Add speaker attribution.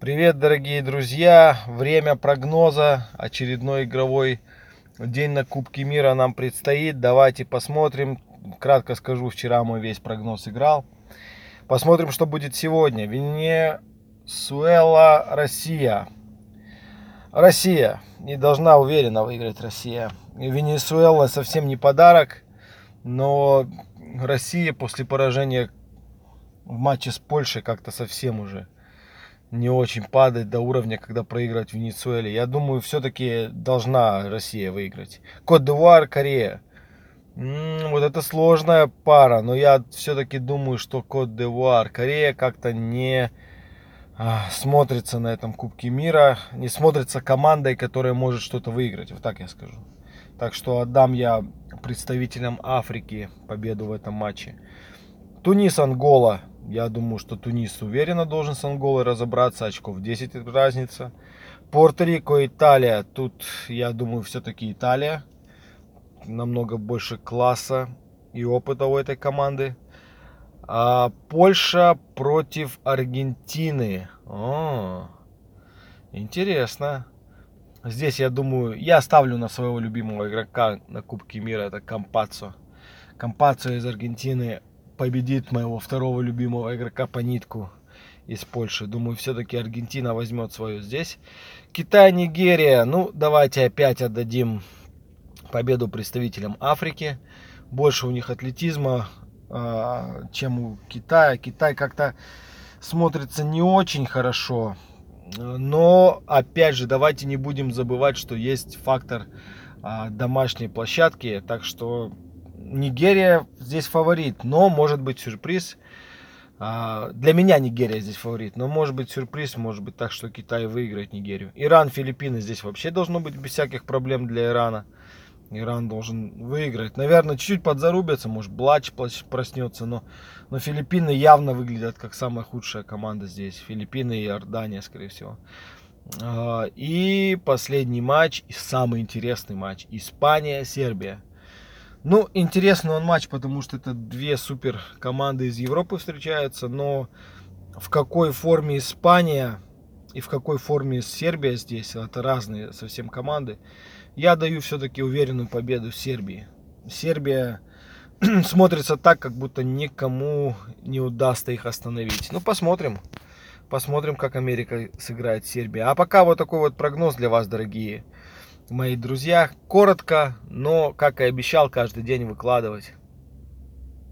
Speaker 1: Привет, дорогие друзья! Время прогноза. Очередной игровой день на Кубке мира нам предстоит. Давайте посмотрим. Кратко скажу, вчера мой весь прогноз играл. Посмотрим, что будет сегодня. Венесуэла, Россия. Россия. Не должна уверенно выиграть Россия. Венесуэла совсем не подарок. Но Россия после поражения в матче с Польшей как-то совсем уже не очень падает до уровня, когда проиграть в Венесуэле. Я думаю, все-таки должна Россия выиграть. Кот-д'Ивуар, Корея. Вот это сложная пара, но я все-таки думаю, что Кот-д'Ивуар, Корея как-то не смотрится на этом Кубке мира, не смотрится командой, которая может что-то выиграть, вот так я скажу. Так что отдам я представителям Африки победу в этом матче. Тунис, Ангола. Я думаю, что Тунис уверенно должен с Анголой разобраться. Очков 10 разница. Пуэрто-Рико, Италия. Тут, я думаю, все-таки Италия. Намного больше класса и опыта у этой команды. Польша против Аргентины. Интересно. Здесь, я думаю, я ставлю на своего любимого игрока на Кубке мира. Это Кампаццо. Кампаццо из Аргентины победит моего второго любимого игрока по нитку из Польши. Думаю, все-таки Аргентина возьмет свое здесь. Китай, Нигерия. Ну, давайте опять отдадим победу представителям Африки. Больше у них атлетизма, чем у Китая. Китай как-то смотрится не очень хорошо. Но, опять же, давайте не будем забывать, что есть фактор домашней площадки. Так что Нигерия здесь фаворит, но может быть сюрприз. Для меня Нигерия здесь фаворит, но может быть сюрприз, может быть так, что Китай выиграет Нигерию. Иран, Филиппины здесь вообще должно быть без всяких проблем для Ирана. Иран должен выиграть. Наверное, чуть-чуть подзарубятся, может Блач проснется, но Филиппины явно выглядят как самая худшая команда здесь. Филиппины и Иордания, скорее всего. И последний матч, и самый интересный матч. Испания, Сербия. Ну, интересный он матч, потому что это две супер команды из Европы встречаются, но в какой форме Испания и в какой форме Сербия здесь, это разные совсем команды. Я даю все-таки уверенную победу Сербии. Сербия смотрится так, как будто никому не удастся их остановить. Ну, посмотрим. Посмотрим, как Америка сыграет Сербия. А пока вот такой вот прогноз для вас, дорогие мои друзья. Коротко, но, как и обещал, каждый день выкладывать.